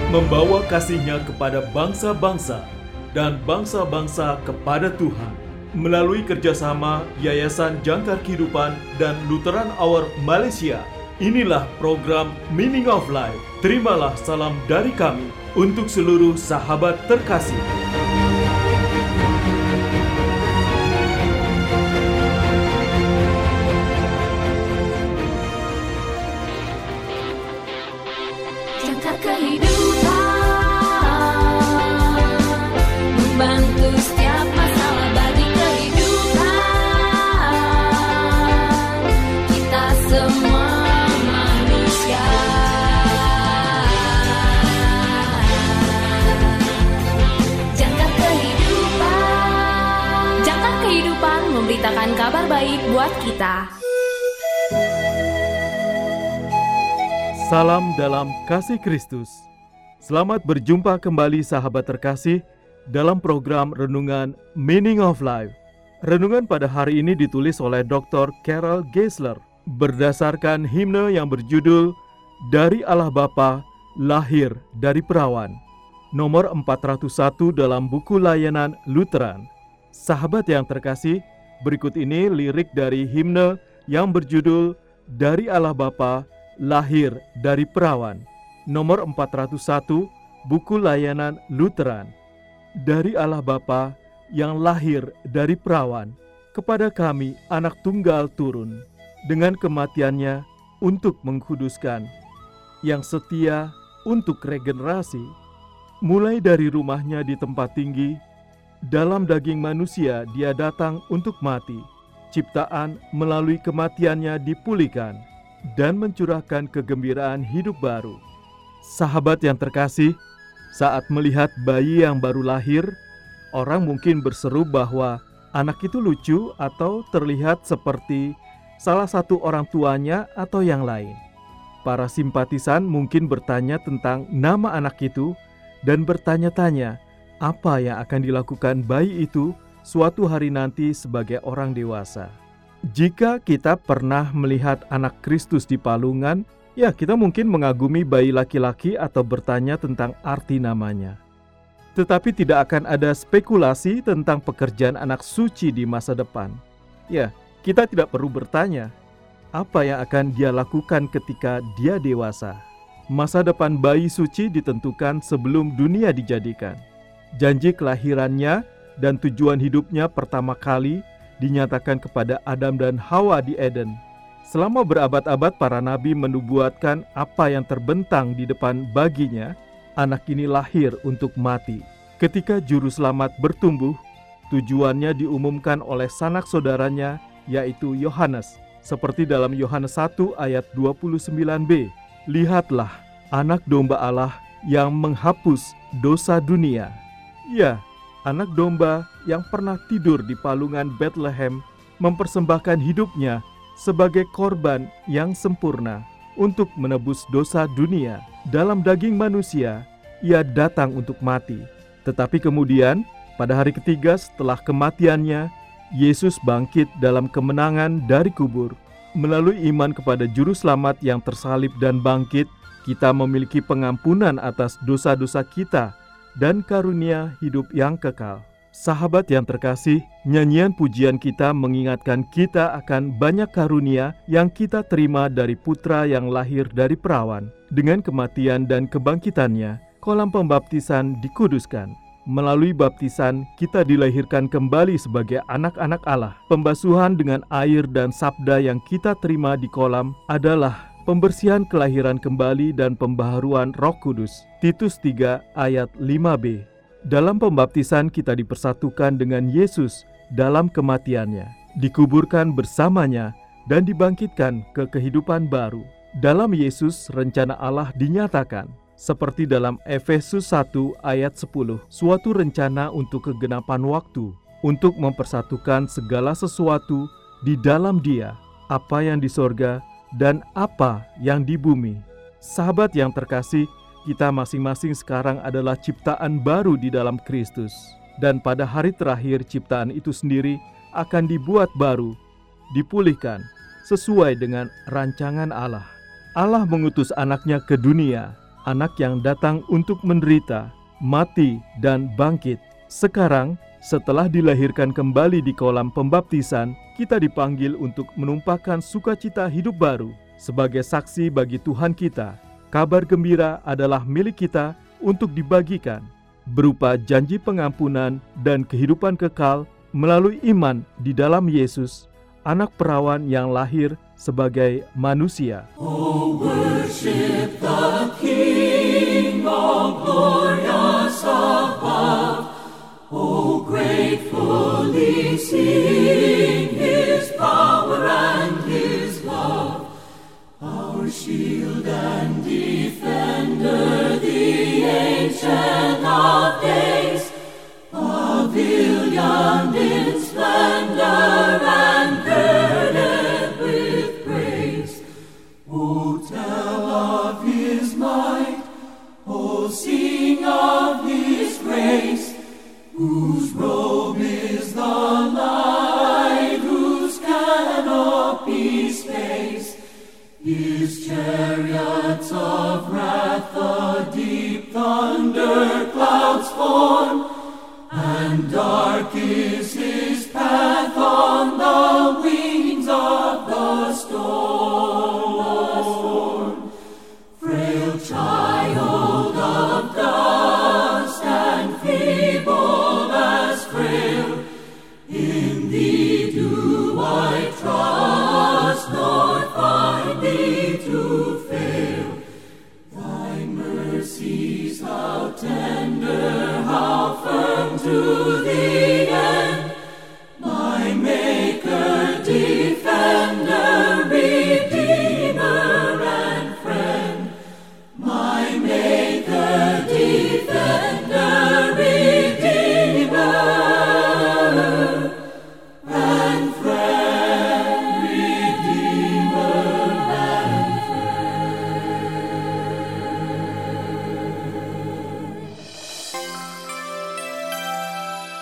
membawa kasih-Nya kepada bangsa-bangsa dan bangsa-bangsa kepada Tuhan. Melalui kerjasama Yayasan Jangkar Kehidupan dan Lutheran Hour Malaysia, inilah program Meaning of Life. Terimalah salam dari kami untuk seluruh sahabat terkasih. Jangkar kehidupan, membantu setiap masalah bagi kehidupan kita semua manusia. Jangkar kehidupan memberitakan kabar baik buat kita. Salam dalam kasih Kristus. Selamat berjumpa kembali sahabat terkasih dalam program Renungan Meaning of Life. Renungan pada hari ini ditulis oleh Dr. Carol Geisler berdasarkan himne yang berjudul Dari Allah Bapa, Lahir dari Perawan, nomor 401 dalam buku layanan Lutheran. Sahabat yang terkasih, berikut ini lirik dari himne yang berjudul Dari Allah Bapa, Lahir dari Perawan, nomor 401, buku layanan Lutheran. Dari Allah Bapa yang lahir dari perawan, kepada kami anak tunggal turun, dengan kematiannya untuk mengkuduskan, yang setia untuk regenerasi, mulai dari rumahnya di tempat tinggi, dalam daging manusia dia datang untuk mati, ciptaan melalui kematiannya dipulihkan, dan mencurahkan kegembiraan hidup baru. Sahabat yang terkasih, saat melihat bayi yang baru lahir, orang mungkin berseru bahwa anak itu lucu atau terlihat seperti salah satu orang tuanya atau yang lain. Para simpatisan mungkin bertanya tentang nama anak itu dan bertanya-tanya apa yang akan dilakukan bayi itu suatu hari nanti sebagai orang dewasa. Jika kita pernah melihat anak Kristus di palungan, ya kita mungkin mengagumi bayi laki-laki atau bertanya tentang arti namanya. Tetapi tidak akan ada spekulasi tentang pekerjaan anak suci di masa depan. Ya, kita tidak perlu bertanya apa yang akan dia lakukan ketika dia dewasa. Masa depan bayi suci ditentukan sebelum dunia dijadikan. Janji kelahirannya dan tujuan hidupnya pertama kali dinyatakan kepada Adam dan Hawa di Eden. Selama berabad-abad para nabi menubuatkan apa yang terbentang di depan baginya, anak ini lahir untuk mati. Ketika juru selamat bertumbuh, tujuannya diumumkan oleh sanak saudaranya, yaitu Yohanes. Seperti dalam Yohanes 1 ayat 29b, lihatlah anak domba Allah yang menghapus dosa dunia. Ya, anak domba yang pernah tidur di palungan Bethlehem mempersembahkan hidupnya sebagai korban yang sempurna untuk menebus dosa dunia. Dalam daging manusia, ia datang untuk mati. Tetapi kemudian, pada hari ketiga setelah kematiannya, Yesus bangkit dalam kemenangan dari kubur. Melalui iman kepada Juru Selamat yang tersalib dan bangkit, kita memiliki pengampunan atas dosa-dosa kita dan karunia hidup yang kekal. Sahabat yang terkasih, nyanyian pujian kita mengingatkan kita akan banyak karunia yang kita terima dari Putra yang lahir dari perawan. Dengan kematian dan kebangkitannya, kolam pembaptisan dikuduskan. Melalui baptisan, kita dilahirkan kembali sebagai anak-anak Allah. Pembasuhan dengan air dan sabda yang kita terima di kolam adalah pembersihan kelahiran kembali dan pembaharuan Roh Kudus. Titus 3 ayat 5b. Dalam pembaptisan kita dipersatukan dengan Yesus dalam kematiannya, dikuburkan bersamanya dan dibangkitkan ke kehidupan baru. Dalam Yesus rencana Allah dinyatakan, seperti dalam Efesus 1 ayat 10, suatu rencana untuk kegenapan waktu, untuk mempersatukan segala sesuatu di dalam Dia, apa yang di sorga dan apa yang di bumi. Sahabat yang terkasih, kita masing-masing sekarang adalah ciptaan baru di dalam Kristus. Dan pada hari terakhir ciptaan itu sendiri akan dibuat baru, dipulihkan, sesuai dengan rancangan Allah. Allah mengutus anaknya ke dunia anak yang datang untuk menderita, mati, dan bangkit. Sekarang, setelah dilahirkan kembali di kolam pembaptisan, kita dipanggil untuk menumpahkan sukacita hidup baru. Sebagai saksi bagi Tuhan kita, kabar gembira adalah milik kita untuk dibagikan, berupa janji pengampunan dan kehidupan kekal melalui iman di dalam Yesus, anak perawan yang lahir sebagai manusia. Oh, worship the King of glorious above. Oh, gratefully sing His power and His love. Our shield and defender, the Ancient of Days, pavillioned in splendor and girded with praise. Oh, tell of His might, oh, sing of His grace, whose robe is the light, whose canopy space. His chariots of wrath the deep thunder clouds form, and dark is His path on the wings of the storm. Frail child of dust and feeble as frail, in Thee do I trust, nor find Thee to fail. Thy mercies how tender, how firm to the end. My Maker, Defender, Redeemer, and Friend. My Maker, Defender, Redeemer, and Friend, Redeemer, and Friend.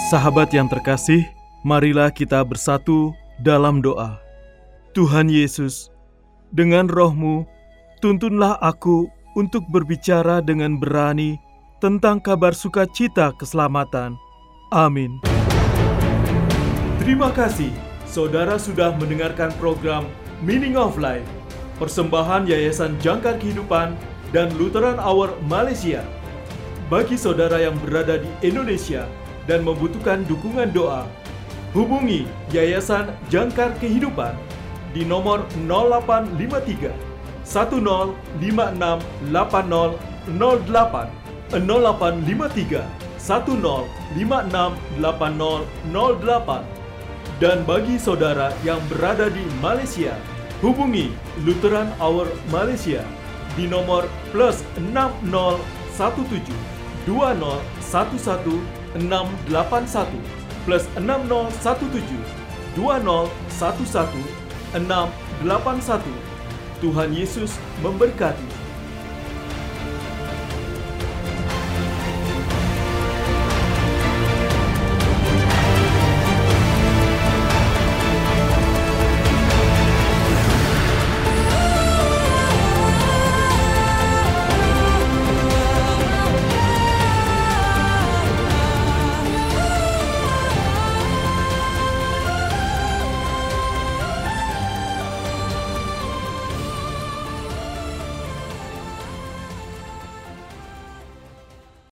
Sahabat yang terkasih, marilah kita bersatu dalam doa. Tuhan Yesus, dengan roh-Mu, tuntunlah aku untuk berbicara dengan berani tentang kabar sukacita keselamatan. Amin. Terima kasih, saudara sudah mendengarkan program Meaning of Life, persembahan Yayasan Jangkar Kehidupan dan Lutheran Hour Malaysia. Bagi saudara yang berada di Indonesia dan membutuhkan dukungan doa, hubungi Yayasan Jangkar Kehidupan di nomor 0853 1056 8008 0853 1056 8008. Dan bagi saudara yang berada di Malaysia, hubungi Lutheran Hour Malaysia di nomor +6017 2011 681 +6017 2011 681. Tuhan Yesus memberkati.